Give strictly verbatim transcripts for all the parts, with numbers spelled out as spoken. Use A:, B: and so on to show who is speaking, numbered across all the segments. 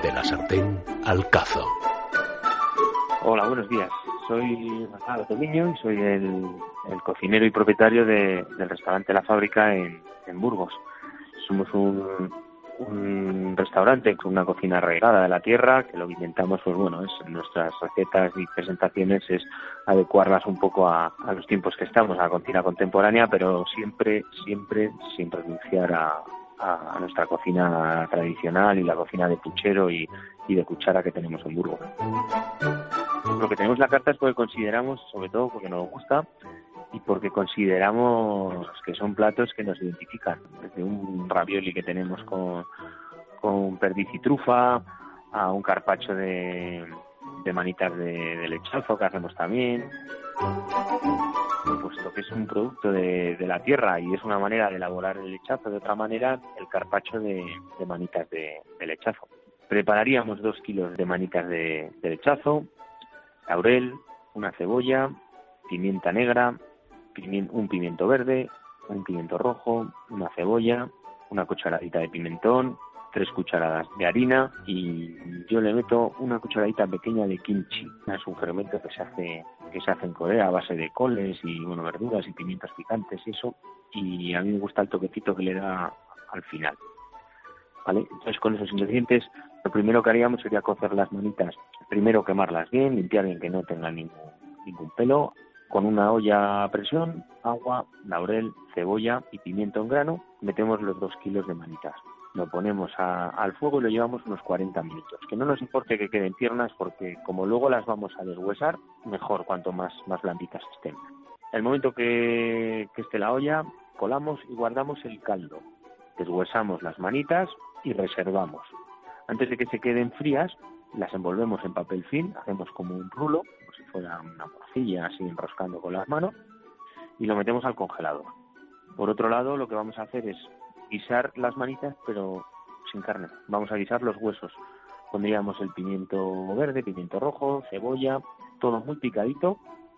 A: De la sartén al cazo.
B: Hola, buenos días. Soy Rafael Tomiño y soy el, el cocinero y propietario de, del restaurante La Fábrica en, en Burgos. Somos un, un restaurante con una cocina arraigada de la tierra, que lo que intentamos, pues bueno, es en nuestras recetas y presentaciones es adecuarlas un poco a, a los tiempos que estamos, a la cocina contemporánea, pero siempre, siempre, sin renunciar a, a, a nuestra cocina tradicional y la cocina de puchero y, y de cuchara que tenemos en Burgos. Lo que tenemos en la carta es porque consideramos, sobre todo porque nos gusta y porque consideramos que son platos que nos identifican. Desde un ravioli que tenemos con, con perdiz y trufa, a un carpaccio de, de manitas de, de lechazo que hacemos también. Puesto que es un producto de, de la tierra y es una manera de elaborar el lechazo, de otra manera el carpaccio de, de manitas de, de lechazo. Prepararíamos dos kilos de manitas de, de lechazo, laurel, una cebolla, pimienta negra, pimiento, un pimiento verde, un pimiento rojo, una cebolla, una cucharadita de pimentón, tres cucharadas de harina y yo le meto una cucharadita pequeña de kimchi. Es un fermento que se hace que se hace en Corea a base de coles y bueno verduras y pimientos picantes y eso, y a mí me gusta el toquecito que le da al final. ¿Vale? Entonces, con esos ingredientes, lo primero que haríamos sería cocer las manitas. Primero quemarlas bien, limpiar bien que no tengan ningún, ningún pelo. Con una olla a presión, agua, laurel, cebolla y pimiento en grano, metemos los dos kilos de manitas. Lo ponemos a, al fuego y lo llevamos unos cuarenta minutos. Que no nos importe que queden tiernas porque como luego las vamos a deshuesar, mejor cuanto más, más blanditas estén. El momento que, que esté la olla, colamos y guardamos el caldo. Deshuesamos las manitas y reservamos. Antes de que se queden frías, las envolvemos en papel film, hacemos como un rulo, como si fuera una morcilla, así enroscando con las manos, y lo metemos al congelador. Por otro lado, lo que vamos a hacer es guisar las manitas, pero sin carne. Vamos a guisar los huesos. Pondríamos el pimiento verde, pimiento rojo, cebolla, todo muy picadito,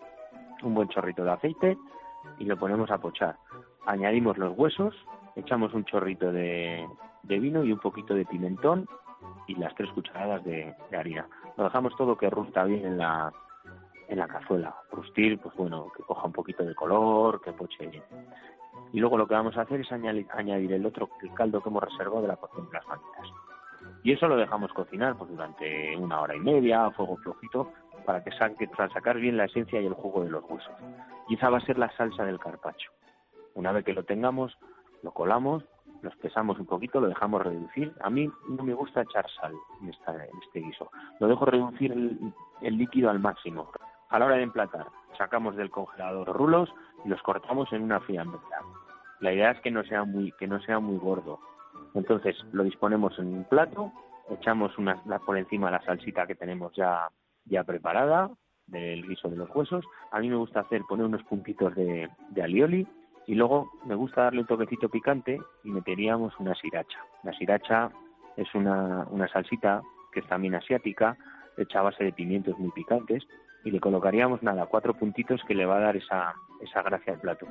B: un buen chorrito de aceite, y lo ponemos a pochar. Añadimos los huesos, echamos un chorrito de, de vino y un poquito de pimentón y las tres cucharadas de, de harina. Lo dejamos todo que rusta bien en la en la cazuela. Rustir, pues bueno, que coja un poquito de color, que poche bien. Y luego lo que vamos a hacer es añadir, añadir el otro, el caldo que hemos reservado de la cocción de las manitas. Y eso lo dejamos cocinar pues durante una hora y media, a fuego flojito, para que saque, para sacar bien la esencia y el jugo de los huesos. Y esa va a ser la salsa del carpaccio. Una vez que lo tengamos, lo colamos, lo espesamos un poquito, lo dejamos reducir. A mí no me gusta echar sal en, esta, en este guiso. Lo dejo reducir el, el líquido al máximo. A la hora de emplatar, sacamos del congelador los rulos y los cortamos en una fiambrera. La idea es que no sea muy, que no sea muy gordo. Entonces lo disponemos en un plato, echamos una, por encima la salsita que tenemos ya, ya preparada del guiso de los huesos. A mí me gusta hacer poner unos puntitos de, de alioli. Y luego me gusta darle un toquecito picante y meteríamos una sriracha. La sriracha es una, una salsita que es también asiática, hecha a base de pimientos muy picantes, y le colocaríamos nada, cuatro puntitos que le va a dar esa, esa gracia al plato.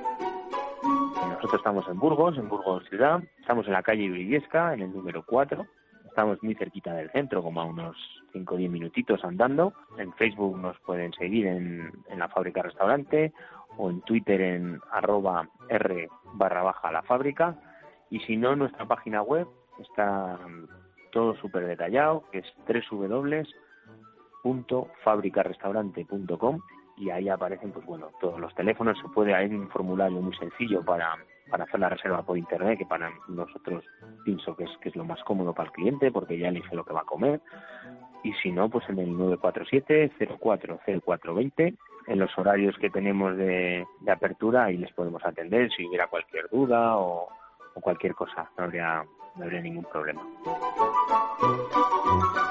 B: Nosotros estamos en Burgos, en Burgos ciudad, estamos en la calle Briviesca, en el número cuatro, estamos muy cerquita del centro, como a unos cinco o diez minutitos andando. En Facebook nos pueden seguir en, en La Fábrica Restaurante, o en Twitter en arroba r barra baja la fábrica, y si no, en nuestra página web está todo súper detallado, que es doble u doble u doble u punto fabrica restaurante punto com, y ahí aparecen pues bueno todos los teléfonos. Se puede, hay un formulario muy sencillo para, para hacer la reserva por internet, que para nosotros pienso que es, que es lo más cómodo para el cliente, porque ya elige lo que va a comer. Y si no, pues en el nueve cuatro siete cero cuatro cero cuatro dos cero, en los horarios que tenemos de, de apertura, ahí les podemos atender si hubiera cualquier duda o, o cualquier cosa. No habría, no habría ningún problema.